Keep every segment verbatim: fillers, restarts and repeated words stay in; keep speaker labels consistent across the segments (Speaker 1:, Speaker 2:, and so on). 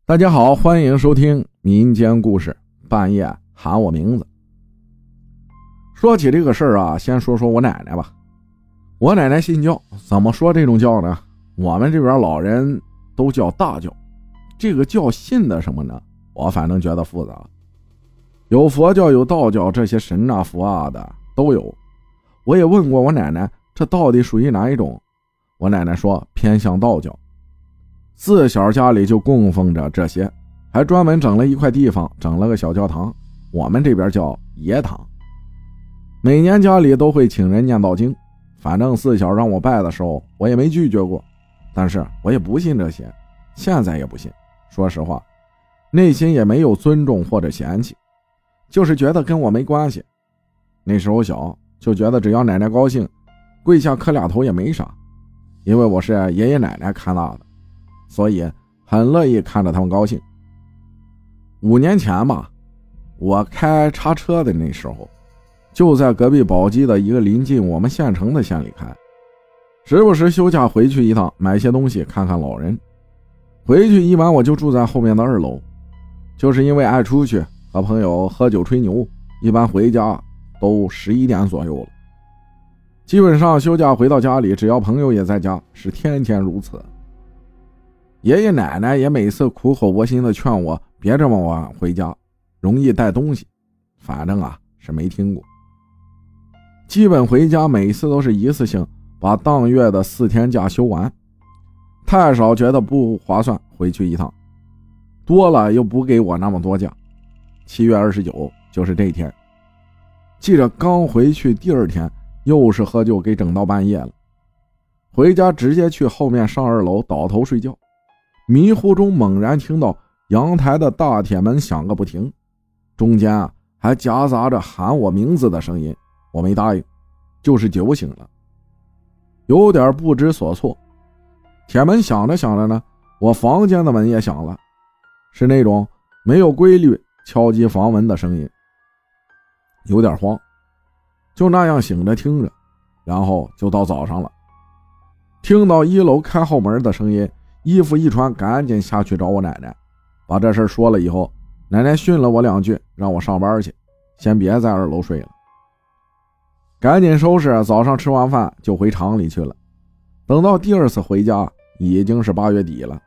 Speaker 1: 大家好，欢迎收听民间故事，半夜喊我名字。说起这个事儿啊，先说说我奶奶吧。我奶奶信教，怎么说这种教呢？我们这边老人都叫大教，这个教信的什么呢？我反正觉得复杂，有佛教有道教，这些神啊佛啊的都有。我也问过我奶奶，这到底属于哪一种？我奶奶说偏向道教，自小家里就供奉着这些，还专门整了一块地方，整了个小教堂，我们这边叫爷堂。每年家里都会请人念道经，反正自小让我拜的时候我也没拒绝过，但是我也不信这些，现在也不信。说实话，内心也没有尊重或者嫌弃，就是觉得跟我没关系。那时候小，就觉得只要奶奶高兴，跪下磕俩头也没啥，因为我是爷爷奶奶看大的，所以很乐意看着他们高兴。五年前吧，我开叉车的那时候，就在隔壁宝鸡的一个临近我们县城的县里开，时不时休假回去一趟，买些东西看看老人。回去一晚我就住在后面的二楼，就是因为爱出去和朋友喝酒吹牛，一般回家都十一点左右了。基本上休假回到家里，只要朋友也在家，是天天如此。爷爷奶奶也每次苦口婆心的劝我别这么晚回家，容易带东西，反正啊是没听过。基本回家每次都是一次性把当月的四天假休完，太少觉得不划算，回去一趟，多了又不给我那么多假。七月二十九就是这天，记着刚回去第二天又是喝酒给整到半夜了，回家直接去后面上二楼倒头睡觉，迷糊中猛然听到阳台的大铁门响个不停，中间啊还夹杂着喊我名字的声音，我没答应，就是酒醒了，有点不知所措。铁门响着响着呢，我房间的门也响了，是那种没有规律敲击房门的声音，有点慌，就那样醒着听着，然后就到早上了。听到一楼开后门的声音，衣服一穿赶紧下去找我奶奶，把这事说了以后，奶奶训了我两句，让我上班去，先别在二楼睡了。赶紧收拾，早上吃完饭就回厂里去了。等到第二次回家已经是八月底了。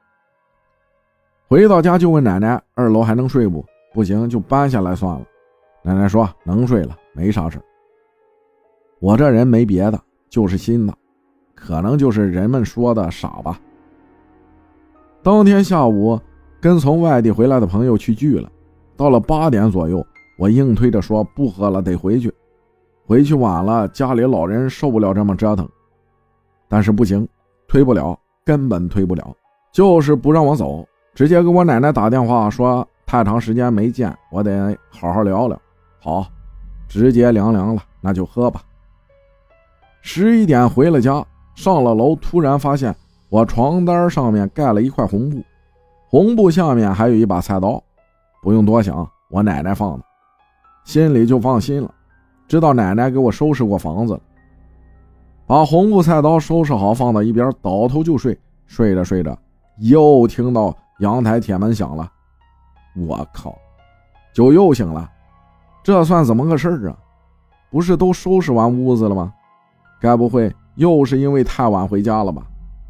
Speaker 1: 回到家就问奶奶二楼还能睡不？不行就搬下来算了。奶奶说能睡了，没啥事。我这人没别的，就是心大，可能就是人们说的傻吧。当天下午跟从外地回来的朋友去聚了，到了八点左右，我硬推着说不喝了，得回去。回去晚了，家里老人受不了这么折腾。但是不行，推不了，根本推不了，就是不让我走，直接给我奶奶打电话说太长时间没见，我得好好聊聊。好，直接凉凉了，那就喝吧。十一点回了家，上了楼，突然发现我床单上面盖了一块红布，红布下面还有一把菜刀，不用多想，我奶奶放的，心里就放心了，知道奶奶给我收拾过房子了。把红布菜刀收拾好放到一边，倒头就睡。睡着睡着又听到阳台铁门响了，我靠，酒又醒了，这算怎么个事儿啊？不是都收拾完屋子了吗？该不会又是因为太晚回家了吧？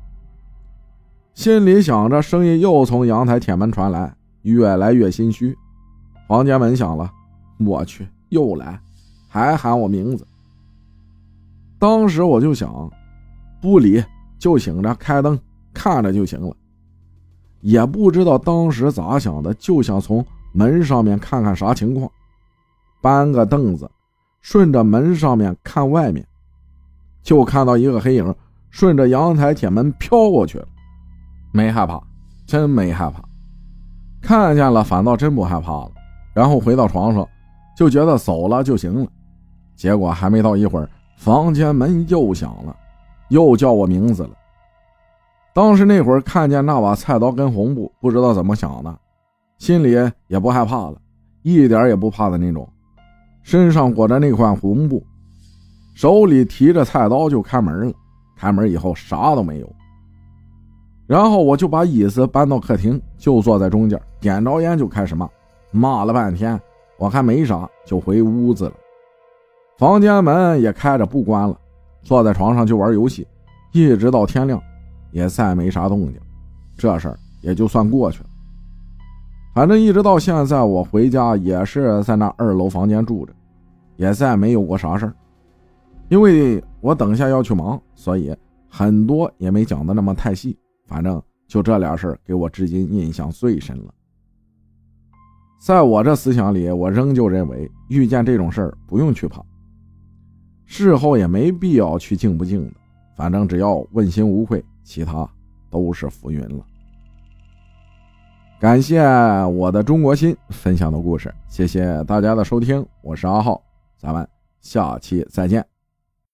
Speaker 1: 心里想着，声音又从阳台铁门传来，越来越心虚。房间门响了，我去，又来，还喊我名字。当时我就想，不理，就醒着开灯看着就行了。也不知道当时咋想的，就想从门上面看看啥情况，搬个凳子顺着门上面看外面，就看到一个黑影顺着阳台铁门飘过去了。没害怕，真没害怕，看见了反倒真不害怕了。然后回到床上就觉得走了就行了，结果还没到一会儿，房间门又响了，又叫我名字了。当时那会儿看见那把菜刀跟红布，不知道怎么想的，心里也不害怕了，一点也不怕的那种，身上裹着那块红布，手里提着菜刀就开门了。开门以后啥都没有， 然后我就把椅子搬到客厅，就坐在中间，点着烟就开始骂，骂了半天，我还没啥，就回屋子了。房间门也开着不关了，坐在床上就玩游戏，一直到天亮，也再没啥动静，这事儿也就算过去了。反正一直到现在，我回家也是在那二楼房间住着，也再没有过啥事儿。因为我等下要去忙，所以很多也没讲的那么太细，反正就这俩事儿给我至今印象最深了。在我这思想里，我仍旧认为遇见这种事儿不用去怕，事后也没必要去敬不敬的，反正只要问心无愧，其他都是浮云了。感谢我的中国心分享的故事，谢谢大家的收听，我是阿浩，咱们下期再见。